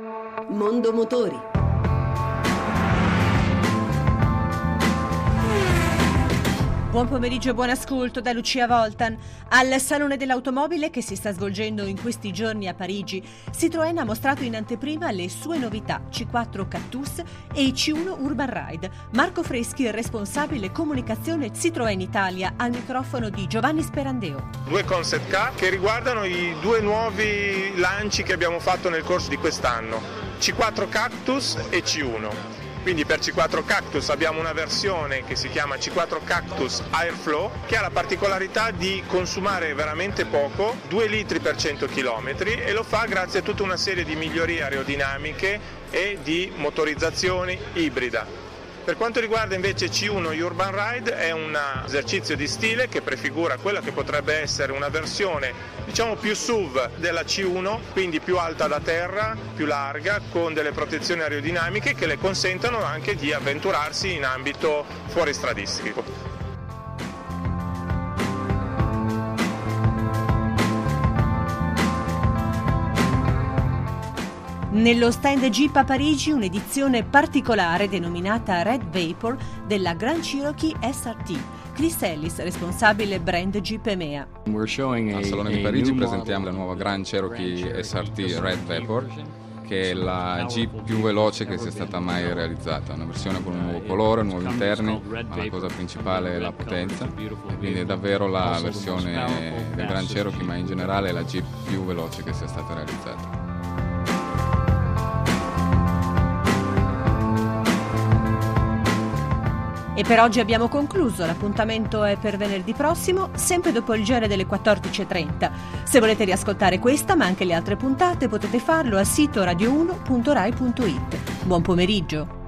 Mondo Motori. Buon pomeriggio e buon ascolto da Lucia Voltan. Al Salone dell'Automobile che si sta svolgendo in questi giorni a Parigi, Citroën ha mostrato in anteprima le sue novità C4 Cactus e i C1 Urban Ride. Marco Freschi, il responsabile comunicazione Citroën Italia, al microfono di Giovanni Sperandeo. Due concept car che riguardano i due nuovi lanci che abbiamo fatto nel corso di quest'anno, C4 Cactus e C1. Quindi per C4 Cactus abbiamo una versione che si chiama C4 Cactus Airflow, che ha la particolarità di consumare veramente poco, 2 litri per 100 km, e lo fa grazie a tutta una serie di migliorie aerodinamiche e di motorizzazioni ibrida. Per quanto riguarda invece C1 Urban Ride, è un esercizio di stile che prefigura quella che potrebbe essere una versione diciamo più SUV della C1, quindi più alta da terra, più larga, con delle protezioni aerodinamiche che le consentono anche di avventurarsi in ambito fuoristradistico. Nello stand Jeep a Parigi un'edizione particolare denominata Red Vapor della Grand Cherokee SRT. Chris Ellis, responsabile brand Jeep EMEA. Al Salone di Parigi presentiamo la nuova Grand Cherokee SRT Red Vapor, che è la Jeep più veloce che sia stata mai realizzata. Una versione con un nuovo colore, nuovi interni, ma la cosa principale è la potenza. Quindi è davvero la versione del Grand Cherokee, ma in generale è la Jeep più veloce che sia stata realizzata. E per oggi abbiamo concluso, l'appuntamento è per venerdì prossimo, sempre dopo il GR delle 14.30. Se volete riascoltare questa ma anche le altre puntate potete farlo al sito radio1.rai.it. Buon pomeriggio!